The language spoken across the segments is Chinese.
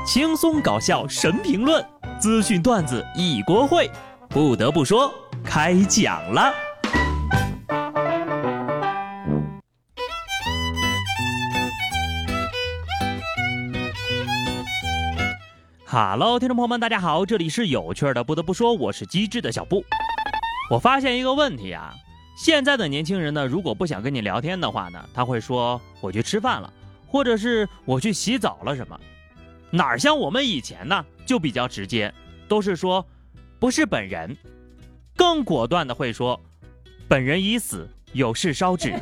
轻松搞笑神评论，资讯段子一锅烩。不得不说，开讲了。Hello， 听众朋友们，大家好，这里是有趣的。不得不说，我是机智的小布。我发现一个问题啊，现在的年轻人呢，如果不想跟你聊天的话呢，他会说我去吃饭了，或者是我去洗澡了什么。哪像我们以前呢，就比较直接，都是说不是本人，更果断的会说本人已死，有事烧纸。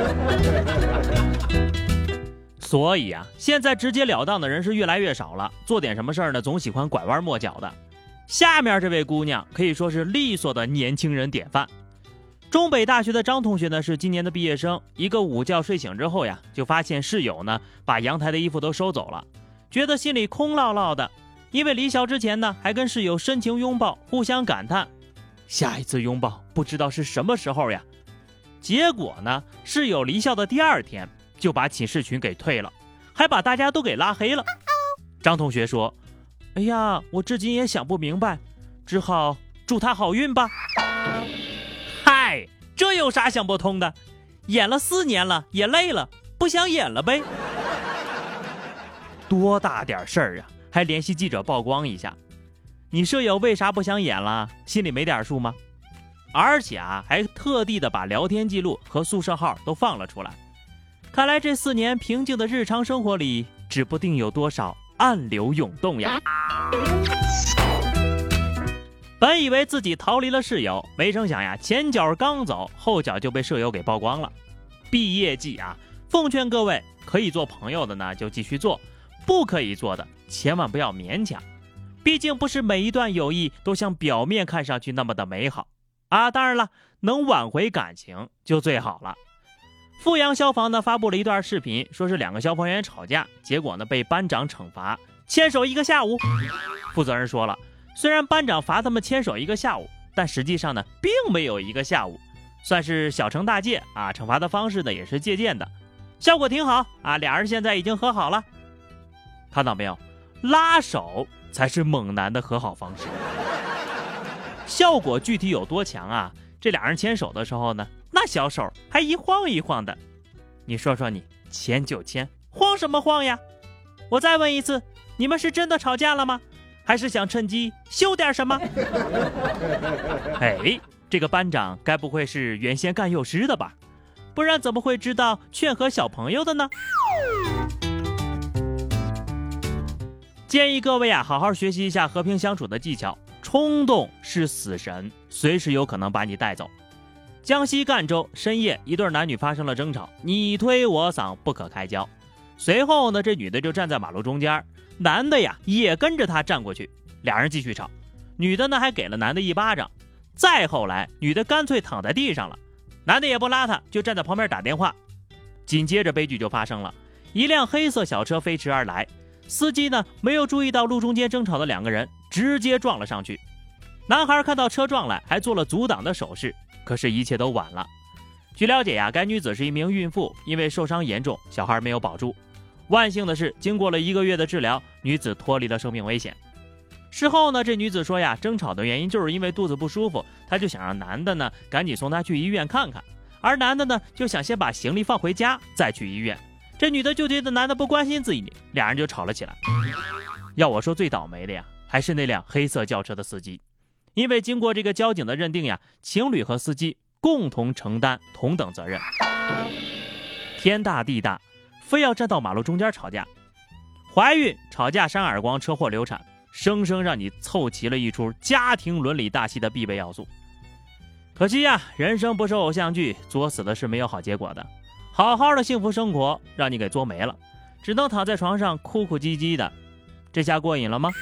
所以啊，现在直截了当的人是越来越少了，做点什么事儿呢，总喜欢拐弯抹角的。下面这位姑娘可以说是利索的年轻人典范。中北大学的张同学呢，是今年的毕业生。一个午觉睡醒之后呀，就发现室友呢把阳台的衣服都收走了，觉得心里空落落的。因为离校之前呢，还跟室友深情拥抱，互相感叹下一次拥抱不知道是什么时候呀。结果呢，室友离校的第二天就把寝室群给退了，还把大家都给拉黑了。张同学说，哎呀，我至今也想不明白，只好祝他好运吧。嗨，这有啥想不通的？演了4年了，也累了，不想演了呗。多大点事儿啊，还联系记者曝光一下。你舍友为啥不想演了？心里没点数吗？而且啊，还特地的把聊天记录和宿舍号都放了出来。看来这4年平静的日常生活里，指不定有多少暗流涌动呀。本以为自己逃离了室友，没成想呀，前脚刚走，后脚就被舍友给曝光了。毕业季啊，奉劝各位，可以做朋友的呢就继续做，不可以做的千万不要勉强。毕竟不是每一段友谊都像表面看上去那么的美好啊。当然了，能挽回感情就最好了。阜阳消防呢发布了一段视频，说是2个消防员吵架，结果呢被班长惩罚牵手1个下午。负责人说了，虽然班长罚他们牵手1个下午，但实际上呢并没有1个下午，算是小惩大戒啊。惩罚的方式呢也是借鉴的，效果挺好啊。俩人现在已经和好了。看到没有，拉手才是猛男的和好方式。效果具体有多强啊？这俩人牵手的时候呢，那小手还一晃一晃的。你说说你，牵就牵，晃什么晃呀？我再问一次，你们是真的吵架了吗？还是想趁机秀点什么？哎，这个班长该不会是原先干幼师的吧？不然怎么会知道劝和小朋友的呢？建议各位啊，好好学习一下和平相处的技巧。冲动是死神，随时有可能把你带走。江西赣州深夜，一对男女发生了争吵，你推我搡，不可开交。随后呢，这女的就站在马路中间，男的呀也跟着她站过去，俩人继续吵。女的呢还给了男的1巴掌。再后来，女的干脆躺在地上了，男的也不拉她，就站在旁边打电话。紧接着悲剧就发生了，一辆黑色小车飞驰而来，司机呢没有注意到路中间争吵的2个人，直接撞了上去。男孩看到车撞来，还做了阻挡的手势，可是一切都晚了。据了解呀，该女子是一名孕妇，因为受伤严重，小孩没有保住。万幸的是，经过了1个月的治疗，女子脱离了生命危险。事后呢，这女子说呀，争吵的原因就是因为肚子不舒服，她就想让男的呢赶紧送她去医院看看，而男的呢就想先把行李放回家再去医院。这女的就觉得男的不关心自己，俩人就吵了起来。要我说，最倒霉的呀还是那辆黑色轿车的司机，因为经过这个交警的认定呀，情侣和司机共同承担同等责任。天大地大，非要站到马路中间吵架。怀孕、吵架、扇耳光、车祸、流产，生生让你凑齐了一出家庭伦理大戏的必备要素。可惜呀，人生不是偶像剧，作死的是没有好结果的。好好的幸福生活让你给作没了，只能躺在床上哭哭唧唧的。这下过瘾了吗？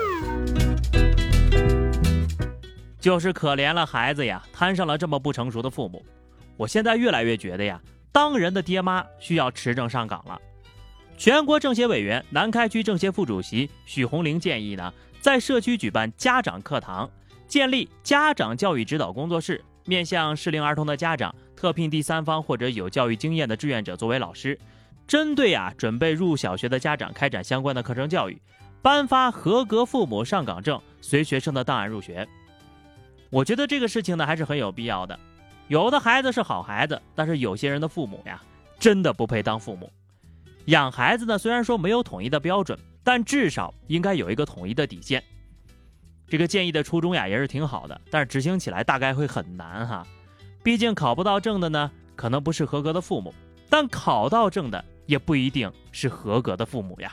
就是可怜了孩子呀，摊上了这么不成熟的父母。我现在越来越觉得呀，当人的爹妈需要持证上岗了。全国政协委员、南开区政协副主席许红玲建议呢，在社区举办家长课堂，建立家长教育指导工作室，面向适龄儿童的家长，特聘第三方或者有教育经验的志愿者作为老师，针对准备入小学的家长开展相关的课程教育， 颁发合格父母上岗证，随学生的档案入学。我觉得这个事情呢还是很有必要的。有的孩子是好孩子，但是有些人的父母呀，真的不配当父母。养孩子呢，虽然说没有统一的标准，但至少应该有一个统一的底线。这个建议的初衷呀也是挺好的，但是执行起来大概会很难哈。毕竟考不到证的呢，可能不是合格的父母，但考到证的也不一定是合格的父母呀。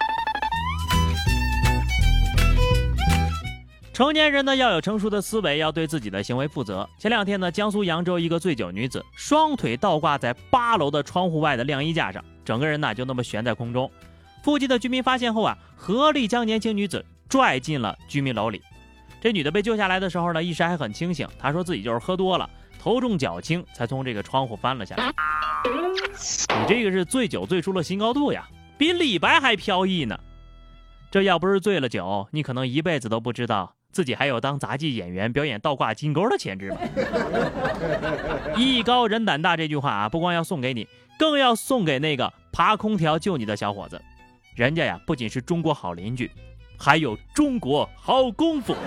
成年人呢要有成熟的思维，要对自己的行为负责。前两天呢，江苏扬州一个醉酒女子双腿倒挂在8楼的窗户外的晾衣架上，整个人呢就那么悬在空中。附近的居民发现后啊，合力将年轻女子拽进了居民楼里。这女的被救下来的时候呢，意识还很清醒，她说自己就是喝多了，头重脚轻才从这个窗户翻了下来。你这个是醉酒醉出了新高度呀，比李白还飘逸呢。这要不是醉了酒，你可能一辈子都不知道自己还有当杂技演员表演倒挂金钩的潜质吧。艺高人胆大这句话啊，不光要送给你，更要送给那个爬空调救你的小伙子。人家呀不仅是中国好邻居，还有中国好功夫。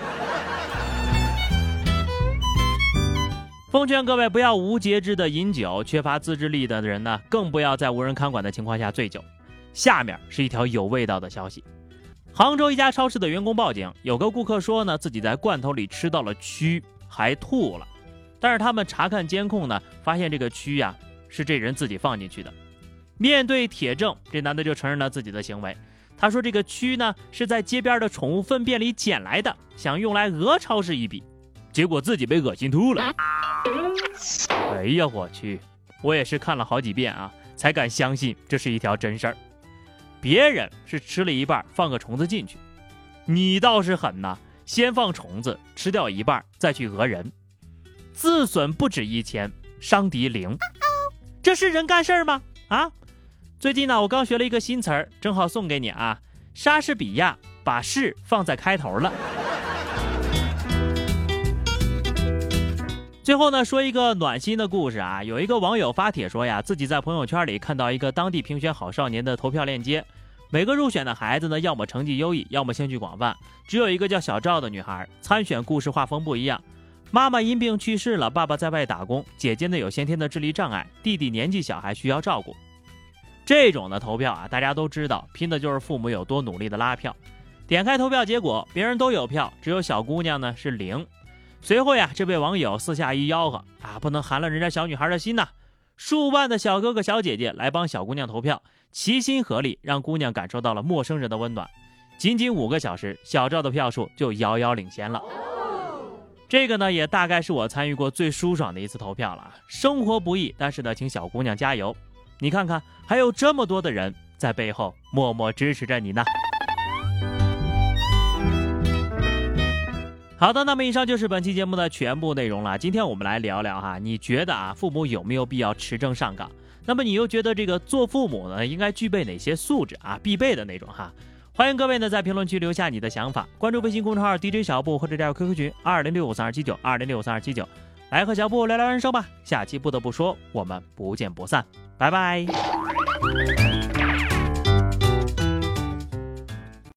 奉劝各位不要无节制的饮酒，缺乏自制力的人呢，更不要在无人看管的情况下醉酒。下面是一条有味道的消息。杭州一家超市的员工报警，有个顾客说呢，自己在罐头里吃到了蛆，还吐了。但是他们查看监控呢，发现这个蛆呀是这人自己放进去的。面对铁证，这男的就承认了自己的行为。他说这个蛆呢是在街边的宠物粪便里捡来的，想用来讹超市一笔，结果自己被恶心吐了。哎呀我去，我也是看了好几遍啊，才敢相信这是一条真事儿。别人是吃了一半放个虫子进去，你倒是狠呐，先放虫子吃掉一半再去讹人，自损不止1000，伤敌0，这是人干事吗？啊！最近呢我刚学了一个新词儿，正好送给你啊，莎士比亚把士放在开头了。最后呢说一个暖心的故事啊，有一个网友发帖说呀，自己在朋友圈里看到一个当地评选好少年的投票链接，每个入选的孩子呢，要么成绩优异，要么兴趣广泛，只有一个叫小赵的女孩，参选故事画风不一样。妈妈因病去世了，爸爸在外打工，姐姐呢有先天的智力障碍，弟弟年纪小还需要照顾。这种的投票啊，大家都知道，拼的就是父母有多努力的拉票。点开投票结果，别人都有票，只有小姑娘呢是0。随后呀，这位网友私下一吆喝啊，不能寒了人家小女孩的心呐！数万的小哥哥小姐姐来帮小姑娘投票，齐心合力让姑娘感受到了陌生人的温暖。仅仅5个小时，小赵的票数就遥遥领先了。这个呢，也大概是我参与过最舒爽的一次投票了。生活不易，但是呢，请小姑娘加油！你看看，还有这么多的人在背后默默支持着你呢。好的，那么以上就是本期节目的全部内容了。今天我们来聊聊哈，你觉得啊，父母有没有必要持证上岗？那么你又觉得这个做父母呢，应该具备哪些素质啊？必备的那种哈。欢迎各位呢在评论区留下你的想法，关注微信公众号 DJ 小布或者加入 QQ 群20653279 20653279，来和小布聊聊人生吧。下期不得不说，我们不见不散，拜拜。